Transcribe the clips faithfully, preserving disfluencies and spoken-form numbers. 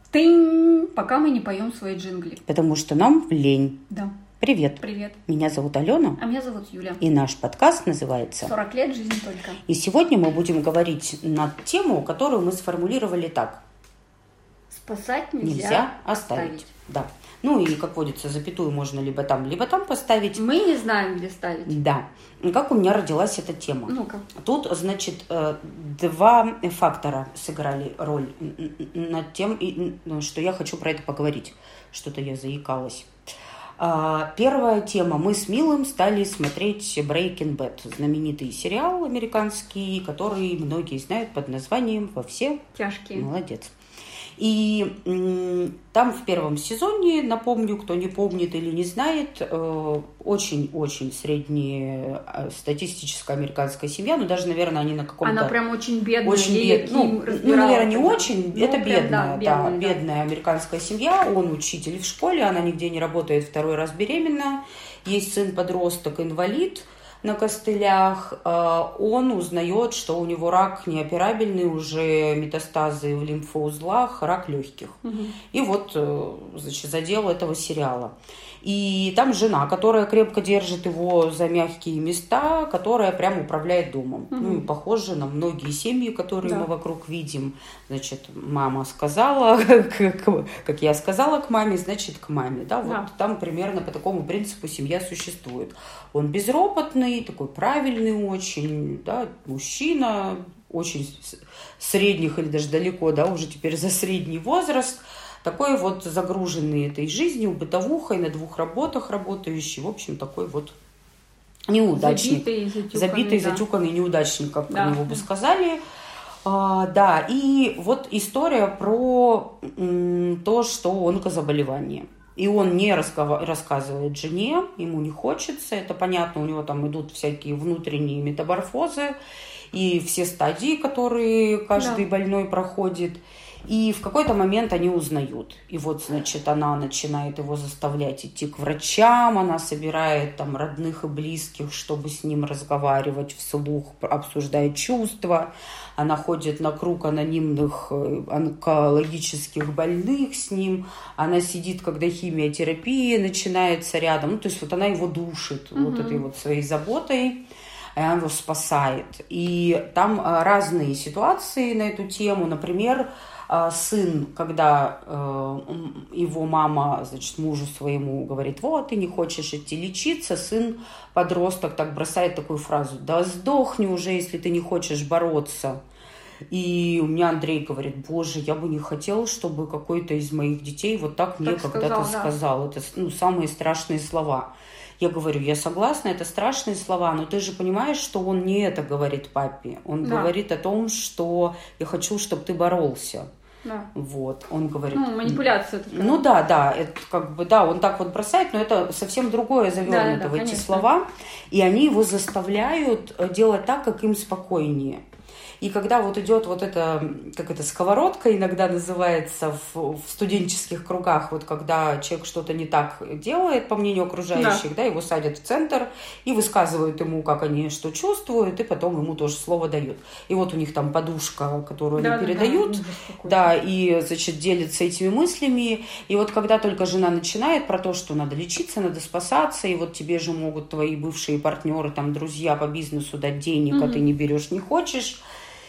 Тынь, пока мы не поем свои джингли. Потому что нам лень. Да. Привет. Привет. Меня зовут Алена. А меня зовут Юля. И наш подкаст называется «сорок лет, жизнь только». И сегодня мы будем говорить на тему, которую мы сформулировали так. Спасать нельзя, Нельзя оставить. оставить. Да. Ну и, как водится, запятую можно либо там, либо там поставить. Мы не знаем, где ставить. Да. Как у меня родилась эта тема? Ну-ка. Тут, значит, два фактора сыграли роль над тем, что я хочу про это поговорить. Что-то я заикалась. Первая тема. Мы с Милым стали смотреть Breaking Bad. Знаменитый сериал американский, который многие знают под названием «Во все тяжкие». Молодец. И м, там в первом сезоне, напомню, кто не помнит или не знает, э, очень-очень средняя статистическая американская семья, ну даже, наверное, они на каком-то... Она прям очень бедная. Очень бед... ну, ну, наверное, не очень, ну, это прям, бедная, да, да, бедная, да. бедная американская семья, он учитель в школе, она нигде не работает, второй раз беременна, есть сын-подросток, инвалид на костылях, он узнает, что у него рак неоперабельный, уже метастазы в лимфоузлах, рак легких. Угу. И вот, значит, задел этого сериала. И там жена, которая крепко держит его за мягкие места, которая прям управляет домом. Угу. Ну, похоже на многие семьи, которые да. мы вокруг видим. Значит, мама сказала, как я сказала к маме, значит, к маме. Да, вот да. Там примерно по такому принципу семья существует. Он безропотный, такой правильный очень, да, мужчина, очень средних или даже далеко, да, уже теперь за средний возраст. Такой вот загруженный этой жизнью, бытовухой, на двух работах работающий. В общем, такой вот неудачник. Забитый, затюканный. Забитый, да. затюканный неудачник, как да. про него бы сказали. А, да, и вот история про м, то, что онкозаболевание. И он не раскова- рассказывает жене, ему не хочется. Это понятно, у него там идут всякие внутренние метаморфозы и все стадии, которые каждый да. больной проходит. И в какой-то момент они узнают. И вот, значит, она начинает его заставлять идти к врачам, она собирает там родных и близких, чтобы с ним разговаривать вслух, обсуждая чувства. Она ходит на круг анонимных онкологических больных с ним. Она сидит, когда химиотерапия начинается рядом. Ну, то есть вот она его душит угу. вот этой вот своей заботой. И она его спасает. И там разные ситуации на эту тему. Например, сын, когда э, его мама, значит, мужу своему говорит, вот, ты не хочешь идти лечиться, сын, подросток, так бросает такую фразу, да сдохни уже, если ты не хочешь бороться. И у меня Андрей говорит, боже, я бы не хотел, чтобы какой-то из моих детей вот так мне так когда-то сказал. Да. сказал. Это ну, самые страшные слова. Я говорю, я согласна, это страшные слова, но ты же понимаешь, что он не это говорит папе. Он да. говорит о том, что я хочу, чтобы ты боролся. Да. Вот, он говорит... Ну, манипуляция. Это ну да, да, это как бы, да, он так вот бросает, но это совсем другое завернуто да, да, в эти конечно. слова. И они его заставляют делать так, как им спокойнее. И когда вот идет вот эта, как это, сковородка иногда называется в, в студенческих кругах, вот когда человек что-то не так делает, по мнению окружающих, да. да, его садят в центр и высказывают ему, как они что чувствуют, и потом ему тоже слово дают. И вот у них там подушка, которую да, они да, передают, да, да, и, значит, делятся этими мыслями. И вот когда только жена начинает про то, что надо лечиться, надо спасаться, и вот тебе же могут твои бывшие партнеры, там, друзья по бизнесу дать денег, mm-hmm. а ты не берешь, не хочешь.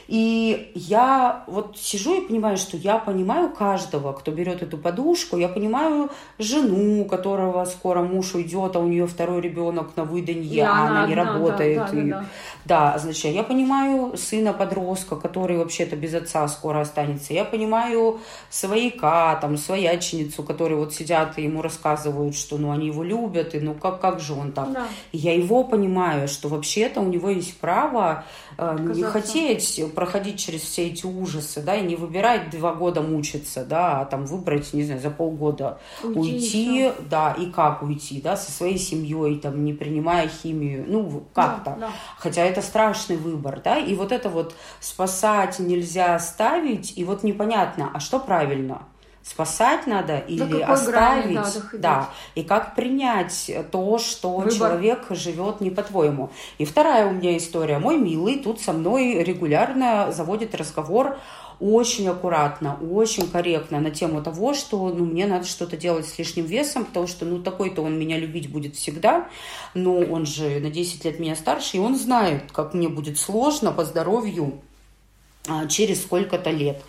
И я вот сижу и понимаю, что я понимаю каждого, кто берет эту подушку, я понимаю жену, которого скоро муж уйдет, а у нее второй ребенок на выданье, а она, она не одна, работает. Да, да, и, да, да. да, значит, я понимаю сына-подростка, который вообще-то без отца скоро останется. Я понимаю свояка, там, свояченицу, которые вот сидят и ему рассказывают, что ну, они его любят, и ну как, как же он так? Да. И я его понимаю, что вообще-то у него есть право э, не хотеть проходить через все эти ужасы, да, и не выбирать два года мучиться, да, а там выбрать, не знаю, за полгода уйти, уйти да, и как уйти, да, со своей семьей, там, не принимая химию, ну, как-то. Да, да. Хотя это страшный выбор, да, и вот это вот спасать нельзя оставить, и вот непонятно, а что правильно? Спасать надо или оставить, да, и как принять то, что Выбор. человек живет не по-твоему. И вторая у меня история. Мой милый тут со мной регулярно заводит разговор очень аккуратно, очень корректно на тему того, что ну, мне надо что-то делать с лишним весом, потому что ну, такой-то он меня любить будет всегда, но он же на десять лет меня старше, и он знает, как мне будет сложно по здоровью через сколько-то лет.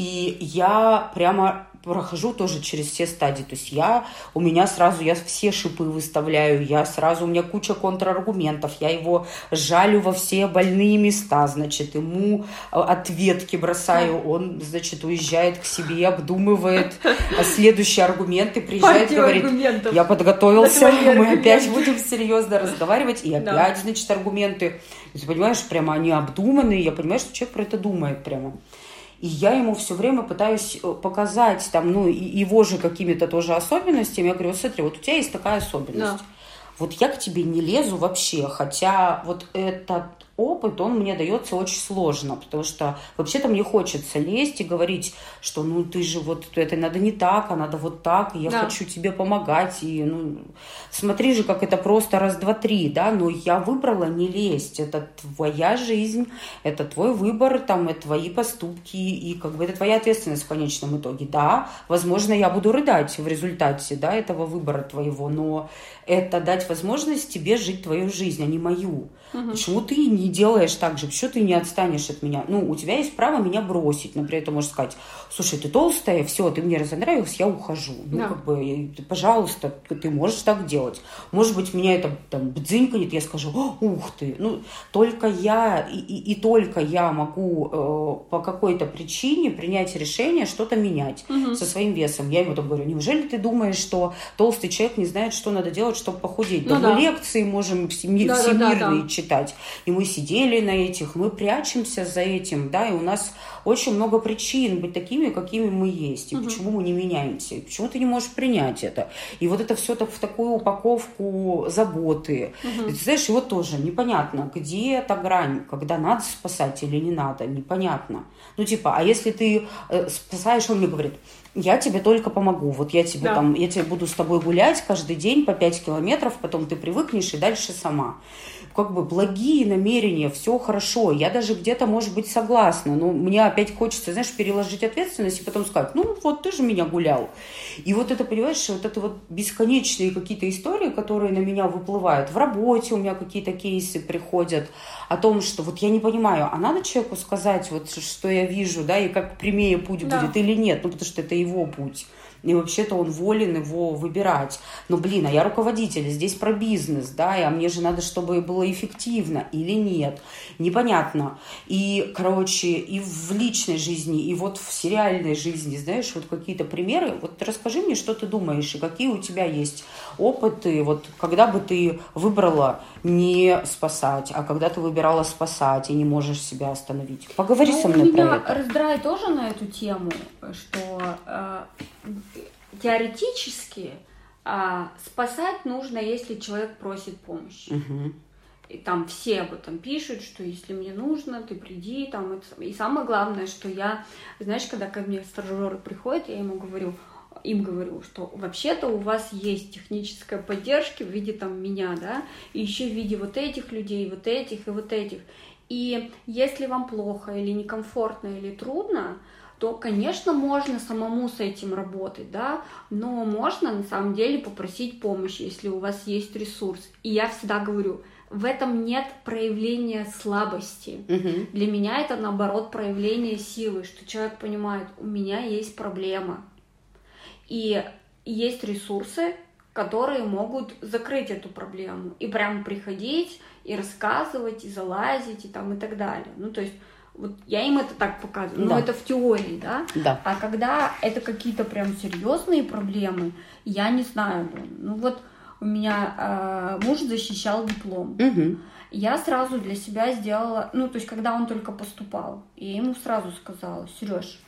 И я прямо прохожу тоже через все стадии. То есть я, у меня сразу, я все шипы выставляю, я сразу, у меня куча контраргументов, я его жалю во все больные места, значит, ему ответки бросаю, он, значит, уезжает к себе, обдумывает следующие аргументы, приезжает, говорит, я подготовился, мы опять будем серьезно разговаривать, и опять, значит, аргументы. Ты понимаешь, прямо они обдуманные, я понимаю, что человек про это думает прямо. И я ему все время пытаюсь показать там, ну, его же какими-то тоже особенностями. Я говорю, вот смотри, вот у тебя есть такая особенность. Да. Вот я к тебе не лезу вообще, хотя вот этот опыт, он мне дается очень сложно, потому что вообще-то мне хочется лезть и говорить, что ну ты же вот, это надо не так, а надо вот так, и я да. хочу тебе помогать, и ну смотри же, как это просто раз, два, три, да, но я выбрала не лезть, это твоя жизнь, это твой выбор, там, это твои поступки, и как бы это твоя ответственность в конечном итоге, да, возможно, я буду рыдать в результате, да, этого выбора твоего, но это дать возможность тебе жить твою жизнь, а не мою. Угу. Почему ты не делаешь так же? Почему ты не отстанешь от меня? Ну, у тебя есть право меня бросить. Например, ты можешь сказать, слушай, ты толстая, все, ты мне разонравилась, я ухожу. Ну, да. как бы, пожалуйста, ты можешь так делать. Может быть, меня это там бдзыньканет, я скажу, ух ты. Ну, только я и, и, и только я могу э, по какой-то причине принять решение что-то менять угу. со своим весом. Я ему так говорю, неужели ты думаешь, что толстый человек не знает, что надо делать, чтобы похудеть? Ну, да, да. Мы лекции можем всеми, да, всемирные да, да, да. читать. И мы сидели на этих, мы прячемся за этим, да, и у нас очень много причин быть такими, какими мы есть. И угу. почему мы не меняемся, и почему ты не можешь принять это. И вот это все так в такую упаковку заботы. Угу. И ты знаешь, и вот тоже непонятно, где эта грань, когда надо спасать или не надо, непонятно. Ну, типа, а если ты э, спасаешь, он мне говорит, я тебе только помогу. Вот я тебе да. там, я тебе буду с тобой гулять каждый день по пять километров, потом ты привыкнешь и дальше сама. Как бы благие намерения, все хорошо. Я даже где-то, может быть, согласна, но мне опять хочется, знаешь, переложить ответственность и потом сказать, ну, вот ты же меня гулял. И вот это, понимаешь, вот это вот бесконечные какие-то истории, которые на меня выплывают. В работе у меня какие-то кейсы приходят о том, что вот я не понимаю, а надо человеку сказать, вот что я вижу, да, и как прямее путь да. будет или нет, ну, потому что это его путь. И вообще-то он волен его выбирать. Но, блин, а я руководитель, здесь про бизнес, да, и а мне же надо, чтобы было эффективно или нет. Непонятно. И, короче, и в личной жизни, и вот в сериальной жизни, знаешь, вот какие-то примеры. Вот расскажи мне, что ты думаешь, и какие у тебя есть опыты, вот когда бы ты выбрала не спасать, а когда ты выбирала спасать и не можешь себя остановить. Поговори ну, со мной про это. Меня раздражает тоже на эту тему, что э, теоретически э, спасать нужно, если человек просит помощи. Угу. И там все об этом пишут, что если мне нужно, ты приди. Там, и самое главное, что я, знаешь, когда ко мне стажеры приходят, я ему говорю, им говорю, что вообще-то у вас есть техническая поддержка в виде там меня, да, и еще в виде вот этих людей, вот этих и вот этих. И если вам плохо или некомфортно или трудно, то, конечно, можно самому с этим работать, да, но можно на самом деле попросить помощи, если у вас есть ресурс. И я всегда говорю, в этом нет проявления слабости. Угу. Для меня это, наоборот, проявление силы, что человек понимает, у меня есть проблема. И есть ресурсы, которые могут закрыть эту проблему. И прям приходить, и рассказывать, и залазить, и там, и так далее. Ну, то есть, вот я им это так показываю. Да. Но это в теории, да? Да. А когда это какие-то прям серьезные проблемы, я не знаю. Ну, вот у меня э, муж защищал диплом. Угу. Я сразу для себя сделала... Ну, то есть, когда он только поступал, я ему сразу сказала, Сереж,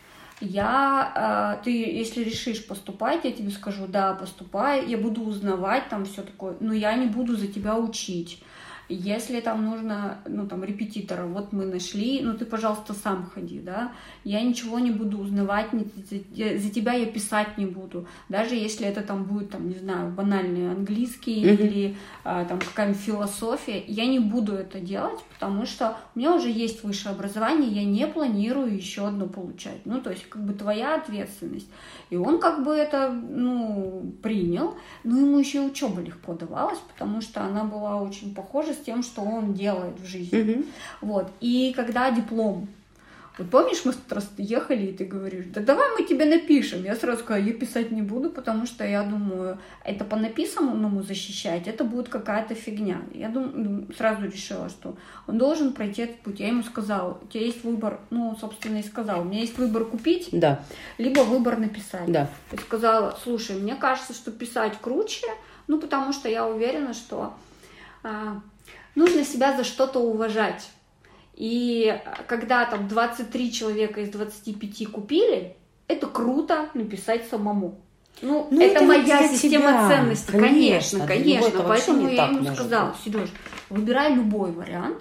я, э, ты, если решишь поступать, я тебе скажу, да, поступай, я буду узнавать там все такое, но я не буду за тебя учить. Если там нужно, ну, там, репетитора, вот мы нашли, ну, ты, пожалуйста, сам ходи, да, я ничего не буду узнавать, за тебя я писать не буду, даже если это там будет, там, не знаю, банальный английский mm-hmm. или а, там какая-нибудь философия, я не буду это делать, потому что у меня уже есть высшее образование, я не планирую еще одно получать, ну, то есть, как бы, твоя ответственность. И он, как бы, это, ну, принял, но ему еще и учеба легко давалась, потому что она была очень похожа с тем, что он делает в жизни. Mm-hmm. Вот. И когда диплом, вот помнишь, мы раз ехали, и ты говоришь, да давай мы тебе напишем. Я сразу сказала, я писать не буду, потому что я думаю, это по написанному защищать, это будет какая-то фигня. Я думаю, сразу решила, что он должен пройти этот путь. Я ему сказала, у тебя есть выбор, ну, собственно, и сказала, у меня есть выбор купить, да. либо выбор написать. Да. Я сказала, слушай, мне кажется, что писать круче, ну, потому что я уверена, что а, нужно себя за что-то уважать. И когда там двадцать три человека из двадцати пяти купили, это круто написать самому. Ну, ну это, это моя система тебя. ценностей, конечно, конечно. конечно. Поэтому я ему сказала, Сереж, выбирай любой вариант.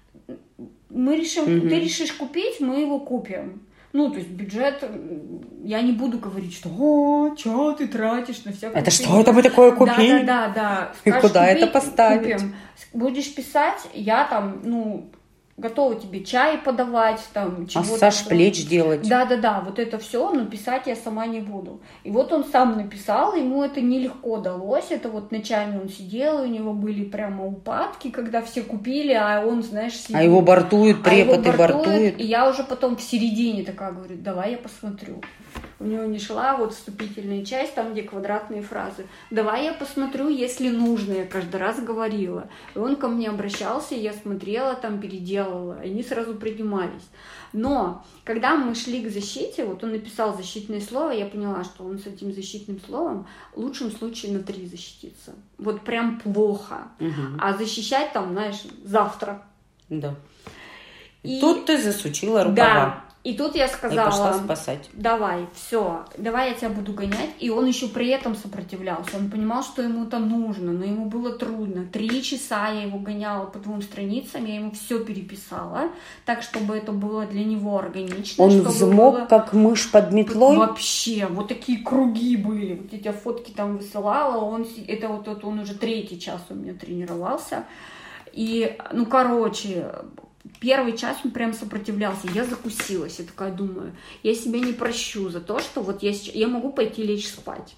Мы решим, угу. ты решишь купить, мы его купим. Ну, то есть бюджет, я не буду говорить, что «О, что ты тратишь на всякую...» Это что это мы такое купили? Да, да, да, да. И Скажешь, куда купить, это поставить? Купим. Будешь писать, я там, ну... готова тебе чай подавать, там, чего-то. Массаж плеч делать. Да-да-да, вот это все, но писать я сама не буду. И вот он сам написал, ему это нелегко далось, это вот ночами он сидел, у него были прямо упадки, когда все купили, а он, знаешь, сидит. А его бортует, препод и бортует. И я уже потом в середине такая говорю, давай я посмотрю. У него не шла вот вступительная часть, там, где квадратные фразы. Давай я посмотрю, если нужно, я каждый раз говорила. И он ко мне обращался, я смотрела, там, переделала, и они сразу принимались. Но, когда мы шли к защите, вот он написал защитное слово, я поняла, что он с этим защитным словом в лучшем случае на три защитится. Вот прям плохо. Угу. А защищать там, знаешь, завтра. Да. И тут ты засучила рукава. Да. И тут я сказала, и пошла спасать. Давай, все, давай я тебя буду гонять. И он еще при этом сопротивлялся. Он понимал, что ему это нужно, но ему было трудно. Три часа я его гоняла по двум страницам, я ему все переписала, так, чтобы это было для него органично. Он взмок, было... как мышь под метлой? Вообще, вот такие круги были. Вот эти фотки там высылала. Он, это вот, вот он уже третий час у меня тренировался. И, ну, короче... Первый час он прям сопротивлялся, я закусилась, я такая думаю, я себя не прощу за то, что вот я, сейчас, я могу пойти лечь спать,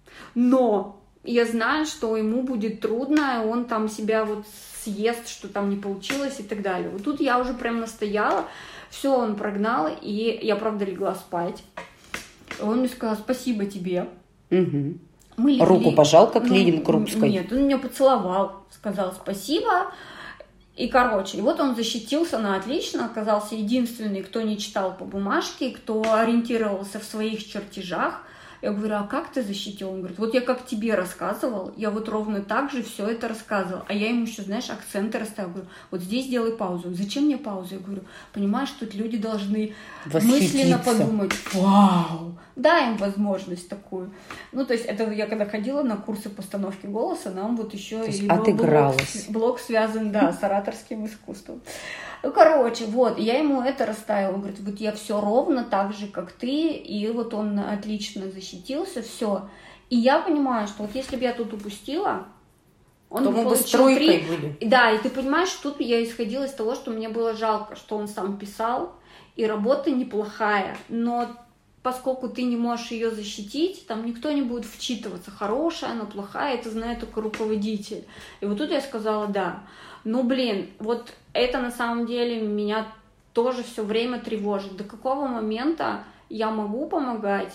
но я знаю, что ему будет трудно, он там себя вот съест, что там не получилось и так далее. Вот тут я уже прям настояла, все, он прогнал, и я, правда, легла спать. Он мне сказал, спасибо тебе. Угу. Мы легли... Руку пожал, как ну, Ленин Крупской? Нет, он меня поцеловал, сказал спасибо. И, короче, и вот он защитился на отлично, оказался единственный, кто не читал по бумажке, кто ориентировался в своих чертежах. Я говорю, а как ты защитил? Он говорит, вот я как тебе рассказывал, я вот ровно так же все это рассказывал. А я ему еще, знаешь, акценты расставила. Говорю, вот здесь делай паузу. Зачем мне паузу? Я говорю, понимаешь, тут люди должны мысленно подумать, вау, дай им возможность такую. Ну, то есть, это я когда ходила на курсы постановки голоса, нам вот еще и блок, блок связан, да, с ораторским искусством. Ну, короче, вот, я ему это расставила. Он говорит, вот я все ровно так же, как ты. И вот он отлично защитился, все. И я понимаю, что вот если бы я тут упустила, он то бы получил три. Были. Да, и ты понимаешь, тут я исходила из того, что мне было жалко, что он сам писал, и работа неплохая, но поскольку ты не можешь ее защитить, там никто не будет вчитываться, хорошая она, плохая, это знает только руководитель. И вот тут я сказала, да. Ну, блин, вот это на самом деле меня тоже все время тревожит. До какого момента я могу помогать?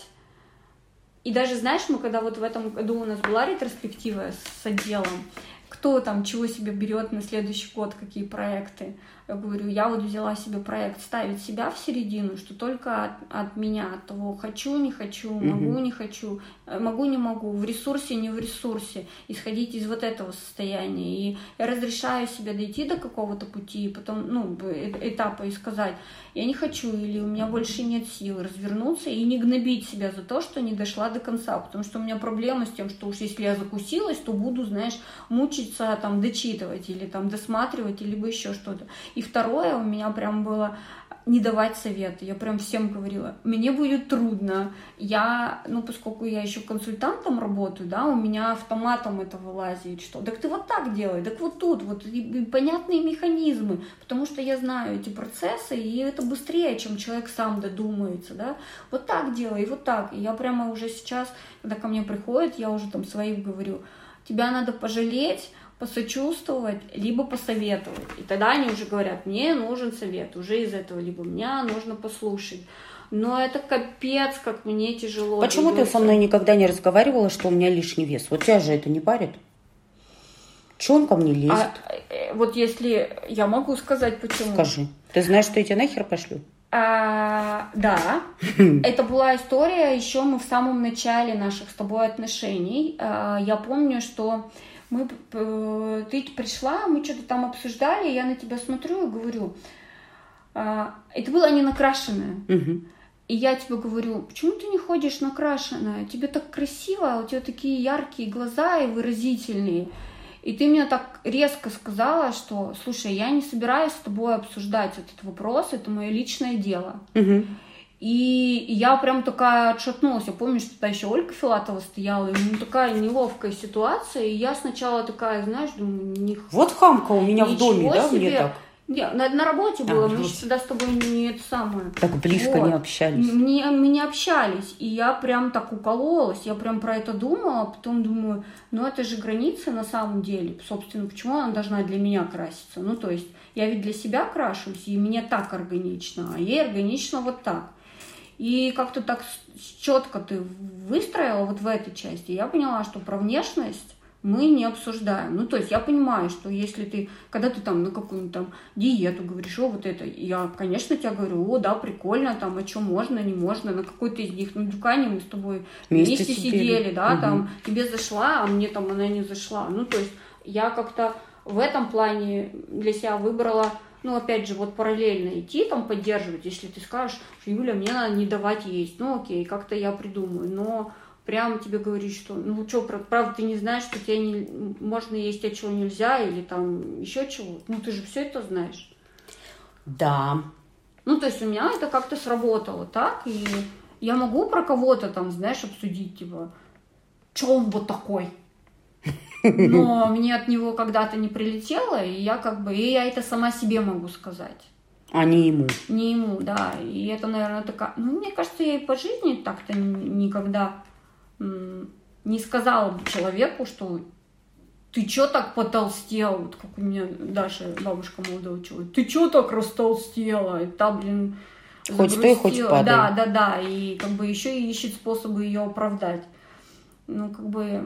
И даже, знаешь, мы когда вот в этом году у нас была ретроспектива с отделом, кто там чего себе берет на следующий год, какие проекты. Я говорю, я вот взяла себе проект ставить себя в середину, что только от, от меня, от того, хочу, не хочу, могу, не хочу, могу, не могу, в ресурсе, не в ресурсе, исходить из вот этого состояния. И я разрешаю себе дойти до какого-то пути, потом, ну, этапа и сказать, я не хочу, или у меня больше нет сил развернуться и не гнобить себя за то, что не дошла до конца, потому что у меня проблема с тем, что уж если я закусилась, то буду, знаешь, мучиться, там, дочитывать или там досматривать, либо еще что-то. И второе, у меня прям было не давать советы. Я прям всем говорила, мне будет трудно. Я, ну, поскольку я еще консультантом работаю, да, у меня автоматом это вылазит, что так ты вот так делай, так вот тут, вот и, и понятные механизмы, потому что я знаю эти процессы, и это быстрее, чем человек сам додумается, да. Вот так делай, вот так. И я прямо уже сейчас, когда ко мне приходят, я уже там своим говорю, тебя надо пожалеть, посочувствовать, либо посоветовать. И тогда они уже говорят, мне нужен совет, уже из этого, либо мне нужно послушать. Но это капец, как мне тяжело. Почему дается. Ты со мной никогда не разговаривала, что у меня лишний вес? Вот тебя же это не парит? Чего он ко мне лезет? А, вот если... Я могу сказать, почему. Скажи. Ты знаешь, что я тебя нахер пошлю? А, да. Это была история еще мы в самом начале наших с тобой отношений. А, я помню, что мы, ты пришла, мы что-то там обсуждали, я на тебя смотрю и говорю, а, это было не накрашенное. Угу. И я тебе говорю, почему ты не ходишь накрашенная? Тебе так красиво, у тебя такие яркие глаза и выразительные. И ты мне так резко сказала, что, слушай, я не собираюсь с тобой обсуждать этот вопрос, это мое личное дело. Угу. И я прям такая отшатнулась. Я помню, что тогда еще Ольга Филатова стояла, и ну, такая неловкая ситуация. И я сначала такая, знаешь, думаю, не... Вот хамка у меня в доме, да, себе. мне так? Не, на, на работе было, а, мы же тогда с тобой не это самое. Так близко вот. не общались. Мы, мы не общались, и я прям так укололась, я прям про это думала, а потом думаю, ну это же граница на самом деле, собственно, почему она должна для меня краситься? Ну то есть я ведь для себя крашусь, и мне так органично, а ей органично вот так. И как-то так четко ты выстроила вот в этой части, я поняла, что про внешность мы не обсуждаем. Ну, то есть я понимаю, что если ты, когда ты там на какую-нибудь там диету говоришь, о, вот это, я, конечно, тебе говорю, о, да, прикольно, там, а что можно, не можно, на какой-то из них, ну, Дюкане мы с тобой вместе, вместе сидели, сидели, да, угу. Там, тебе зашла, а мне там она не зашла. Ну, то есть я как-то в этом плане для себя выбрала, ну, опять же, вот параллельно идти, там, поддерживать, если ты скажешь, что, Юля, мне надо не давать есть, ну, окей, как-то я придумаю, но прямо тебе говорить, что, ну, что, правда, ты не знаешь, что тебе не, можно есть, а чего нельзя, или там еще чего, ну, ты же все это знаешь. Да. Ну, то есть у меня это как-то сработало так, и я могу про кого-то там, знаешь, обсудить, типа, что он вот такой? Но мне от него когда-то не прилетело, и я как бы, и я это сама себе могу сказать. А не ему. Не ему, да. И это, наверное, такая... Ну, мне кажется, я и по жизни так-то никогда м- не сказала бы человеку, что ты чё так потолстела? Вот как у меня Даша, бабушка молодого человека. Ты чё так растолстела? И та, блин, хоть стой, хоть падай. Да, да, да. И как бы еще и ищет способы ее оправдать. Ну, как бы...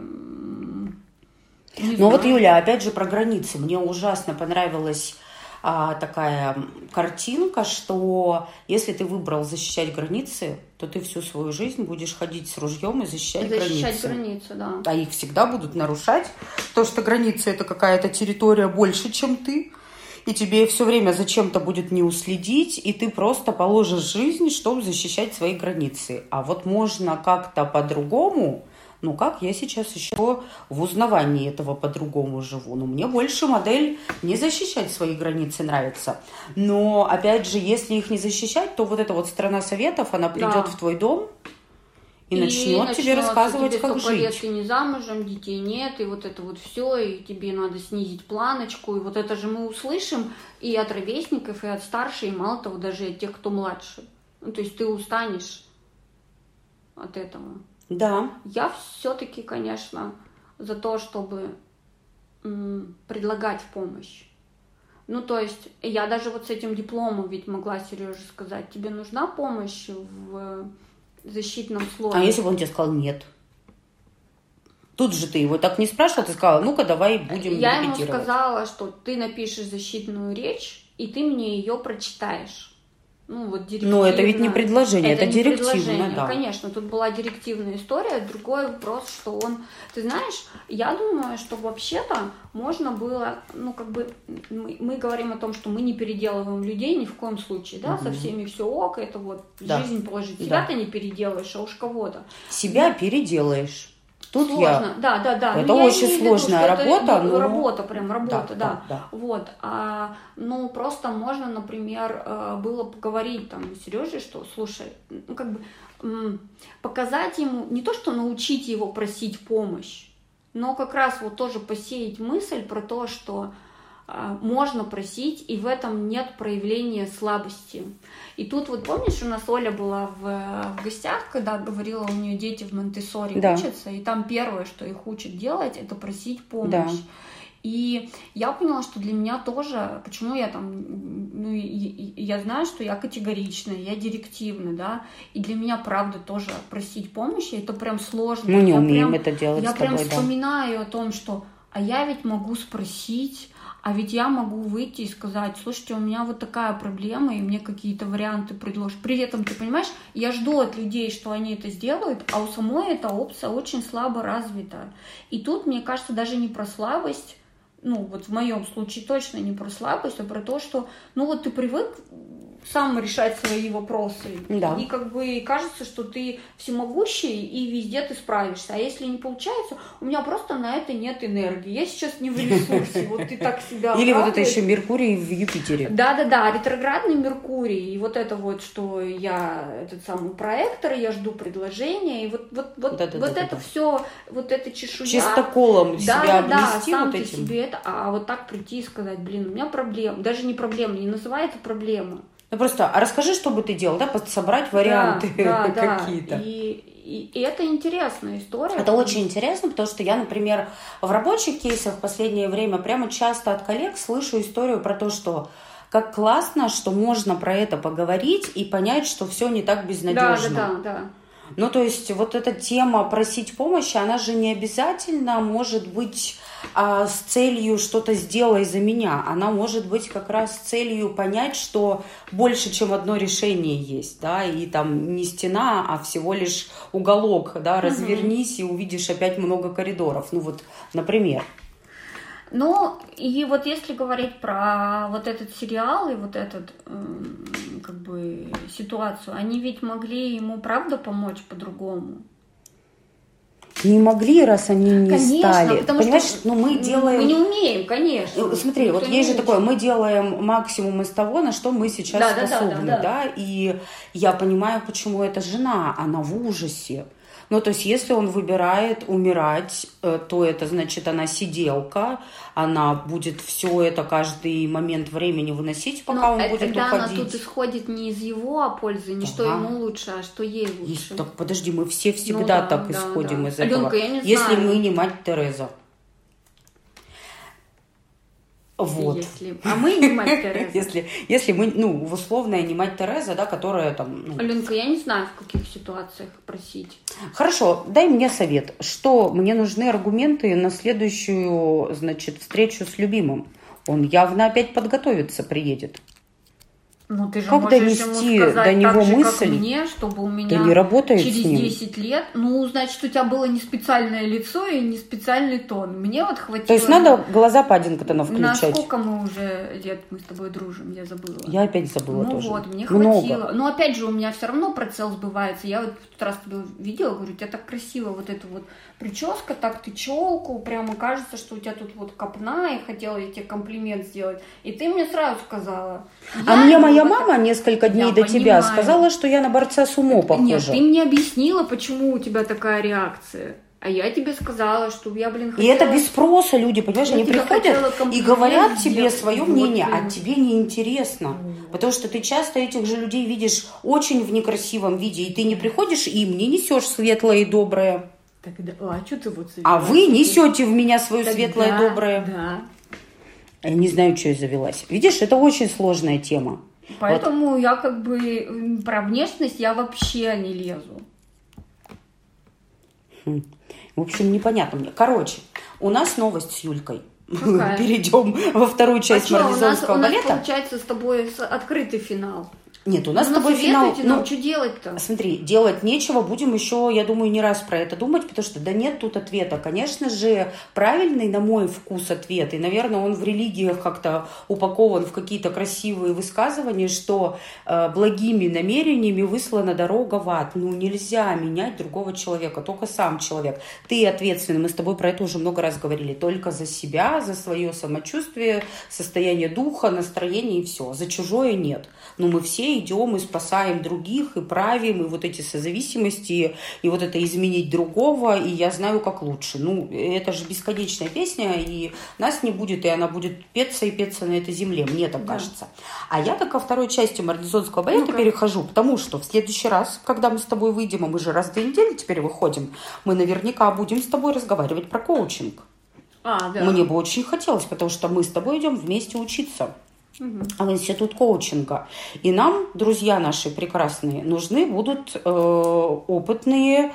Ну вот, Юля, опять же про границы. Мне ужасно понравилась а, такая картинка, что если ты выбрал защищать границы, то ты всю свою жизнь будешь ходить с ружьем и защищать, защищать границы. границы, да. А их всегда будут нарушать, потому что границы – это какая-то территория больше, чем ты, и тебе все время зачем-то будет не уследить, и ты просто положишь жизнь, чтобы защищать свои границы. А вот можно как-то по-другому... Ну как, я сейчас еще в узнавании этого по-другому живу. Но мне больше модель не защищать свои границы нравится. Но, опять же, если их не защищать, то вот эта вот страна советов, она придет да. в твой дом и, и начнет тебе рассказывать, тебе как жить. Лет ты не замужем, детей нет, и вот это вот все, и тебе надо снизить планочку. И вот это же мы услышим и от ровесников, и от старших, и мало того, даже от тех, кто младше. Ну, то есть ты устанешь от этого. Да. Я все-таки, конечно, за то, чтобы м, предлагать помощь. Ну, то есть, я даже вот с этим дипломом ведь могла Сереже сказать, тебе нужна помощь в защитном слове. А если бы он тебе сказал нет? Тут же ты его так не спрашивала, ты сказала, ну-ка, давай будем Я репетировать. ему сказала, что ты напишешь защитную речь, и ты мне ее прочитаешь. Ну, вот директивно. Но это ведь не предложение, это, это не директивно, да. Конечно, тут была директивная история. Другой вопрос, что он... Ты знаешь, я думаю, что вообще-то можно было... Ну, как бы мы, мы говорим о том, что мы не переделываем людей ни в коем случае, да, угу. Со всеми все ок, это вот да. Жизнь прожить. Себя да. Ты не переделаешь, а уж кого-то. Себя да. переделаешь. Тут сложно, я... да, да, да. Это очень сложная виду, работа. Это, но... Работа, прям работа, да. да, да. да. Вот. А, ну, просто можно, например, было поговорить там с Сережей, что, слушай, ну, как бы показать ему, не то, что научить его просить помощь, но как раз вот тоже посеять мысль про то, что можно просить, и в этом нет проявления слабости. И тут вот помнишь, у нас Оля была в, в гостях, когда говорила, у нее дети в Монтессори да. учатся, и там первое, что их учат делать, это просить помощь. Да. И я поняла, что для меня тоже, почему я там, ну, и, и, я знаю, что я категоричная, я директивная, да, и для меня, правда, тоже просить помощи, это прям сложно. Мы не я умеем прям, это делать я с тобой, прям да. вспоминаю о том, что, а я ведь могу спросить, а ведь я могу выйти и сказать, слушайте, у меня вот такая проблема, и мне какие-то варианты предложат. При этом, ты понимаешь, я жду от людей, что они это сделают, а у самой эта опция очень слабо развита. И тут, мне кажется, даже не про слабость, ну вот в моем случае точно не про слабость, а про то, что, ну вот ты привык сам решать свои вопросы. Да. И как бы кажется, что ты всемогущий, и везде ты справишься. А если не получается, у меня просто на это нет энергии. Я сейчас не в ресурсе. Вот ты так себя Или вот это еще Меркурий в Юпитере. Да-да-да, ретроградный Меркурий. И вот это вот, что я этот самый проектор, я жду предложения. И вот, вот, вот, да, да, вот да, это да. все, вот это чешуя. Чистоколом да, себя да, обнести сам вот ты этим. себе это, а вот так прийти и сказать, блин, у меня проблема. Даже не проблема, не называй это проблема. Ну просто, а расскажи, что бы ты делал, да, собрать варианты да, да, какие-то. Да. И, и, и это интересная история. Это очень интересно, потому что я, например, в рабочих кейсах в последнее время прямо часто от коллег слышу историю про то, что как классно, что можно про это поговорить и понять, что все не так безнадежно. Да, да, да, да. Ну, то есть вот эта тема просить помощи, она же не обязательно может быть а, с целью что-то сделай за меня. Она может быть как раз с целью понять, что больше, чем одно решение есть, да, и там не стена, а всего лишь уголок, да, развернись угу. и увидишь опять много коридоров. Ну, вот, например. Ну, и вот если говорить про вот этот сериал и вот эту как бы ситуацию, они ведь могли ему, правда, помочь по-другому? Не могли, раз они не конечно, стали. Потому Понимаешь, что ну мы делаем... Мы не умеем, конечно. Смотри, Никто вот есть же умеет. такое, мы делаем максимум из того, на что мы сейчас да, способны, да, да, да, да, да. И я понимаю, почему эта жена, она в ужасе. Ну, то есть, если он выбирает умирать, то это значит, она сиделка, она будет все это каждый момент времени выносить, пока Но он это, будет тогда уходить. Она тут исходит не из его пользы, не ага. что ему лучше, а что ей лучше. Есть, так подожди, мы все всегда ну, так да, исходим да. из Аленка, этого. я не если знаю. мы не мать Тереза. Вот. Если... А мы не мать Тереза. если, если мы, ну, условная не мать Тереза, да, которая там... Ну... Аленка, я не знаю, в каких ситуациях просить. Хорошо, дай мне совет. Что мне нужны аргументы на следующую, значит, встречу с любимым? Он явно опять подготовиться приедет. Ну, ты же как можешь донести ему сказать до него так же, мысль? Как мне, чтобы у меня да не работает через с ним. десять лет, ну, значит, у тебя было не специальное лицо и не специальный тон. Мне вот хватило... То есть надо глаза Паддингтона включать. На сколько мы уже лет мы с тобой дружим, я забыла. Я опять забыла ну, тоже. Ну вот, мне Много. хватило. Но опять же, у меня все равно прицел сбывается. Я вот в тот раз тебя видела, говорю, у тебя так красиво вот эта вот прическа, так ты челку, прямо кажется, что у тебя тут вот копна, и хотела я тебе комплимент сделать. И ты мне сразу сказала... А мне моя мама так... несколько дней я до понимаю. Тебя сказала, что я на борца сумо похожа. Нет, ты мне объяснила, почему у тебя такая реакция. А я тебе сказала, что я, блин, хотела... И это без спроса люди, понимаешь, я они приходят и говорят тебе свое вот мнение, а тебе неинтересно. Mm. Потому что ты часто этих же людей видишь очень в некрасивом виде, и ты не приходишь и им не несешь светлое и доброе. Тогда, а что ты вот... А вы несете в меня свое Тогда, светлое и доброе. Да. Я не знаю, что я завелась. Видишь, это очень сложная тема. Поэтому вот. Я как бы про внешность я вообще не лезу. Хм. В общем, непонятно мне. Короче, у нас новость с Юлькой. Какая? Перейдем во вторую часть а марлезонского у нас, балета. У нас получается с тобой открытый финал. Нет, у нас ну, с тобой финал... Ну, что делать-то? Смотри, делать нечего, будем еще, я думаю, не раз про это думать, потому что да нет тут ответа. Конечно же, правильный, на мой вкус, ответ, и, наверное, он в религиях как-то упакован в какие-то красивые высказывания, что э, благими намерениями выслана дорога в ад. Ну, нельзя менять другого человека, только сам человек. Ты ответственный, мы с тобой про это уже много раз говорили, только за себя, за свое самочувствие, состояние духа, настроение и все. За чужое нет. Но мы все идем и спасаем других, и правим, и вот эти созависимости, и вот это изменить другого, и я знаю, как лучше. Ну, это же бесконечная песня, и нас не будет, и она будет петься и петься на этой земле, мне так да. кажется. А я так ко второй части марлезонского балета ну перехожу, потому что в следующий раз, когда мы с тобой выйдем, а мы же раз в две недели теперь выходим, мы наверняка будем с тобой разговаривать про коучинг. А, да. Мне бы очень хотелось, потому что мы с тобой идем вместе учиться. Угу. В институт коучинга. И нам, друзья наши прекрасные, нужны будут э, опытные,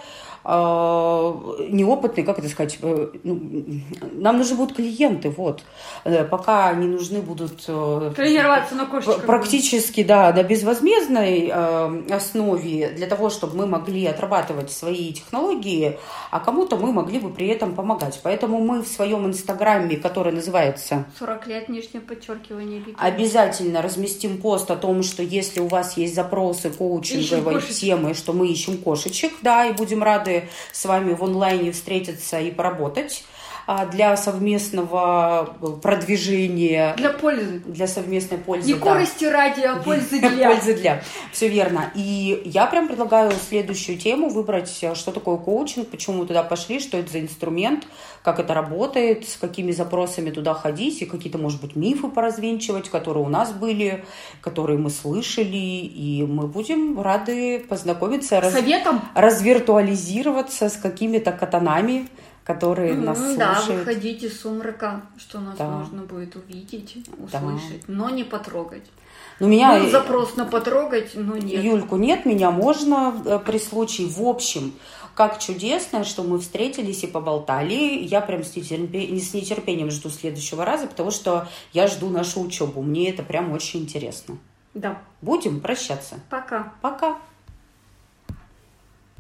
э, неопытные, как это сказать, э, ну, нам нужны будут клиенты, вот. Э, пока не нужны будут... Э, тренироваться на кошечках. Практически, да, на безвозмездной э, основе, для того, чтобы мы могли отрабатывать свои технологии, а кому-то мы могли бы при этом помогать. Поэтому мы в своем инстаграме, который называется... сорок лет, нижнее подчеркивание. Бикини. Обязательно разместим пост о том, что если у вас есть запросы коучинговой темы, что мы ищем кошечек, да, и будем рады с вами в онлайне встретиться и поработать для совместного продвижения. Для пользы. Для совместной пользы, Не да. корысти ради, а пользы для. Пользы для. Все верно. И я прям предлагаю следующую тему выбрать, что такое коучинг, почему мы туда пошли, что это за инструмент, как это работает, с какими запросами туда ходить, и какие-то, может быть, мифы поразвенчивать, которые у нас были, которые мы слышали, и мы будем рады познакомиться, раз... развиртуализироваться с какими-то катанами, которые mm-hmm, нас слушают. Да, выходить из сумрака, что нас да. можно будет увидеть, услышать, да. но не потрогать. Ну, меня... Был запрос на потрогать, но нет. Юльку нет, меня можно при случае. В общем, как чудесно, что мы встретились и поболтали. Я прям с нетерпением, с нетерпением жду следующего раза, потому что я жду нашу учебу. Мне это прям очень интересно. Да. Будем прощаться. Пока. Пока.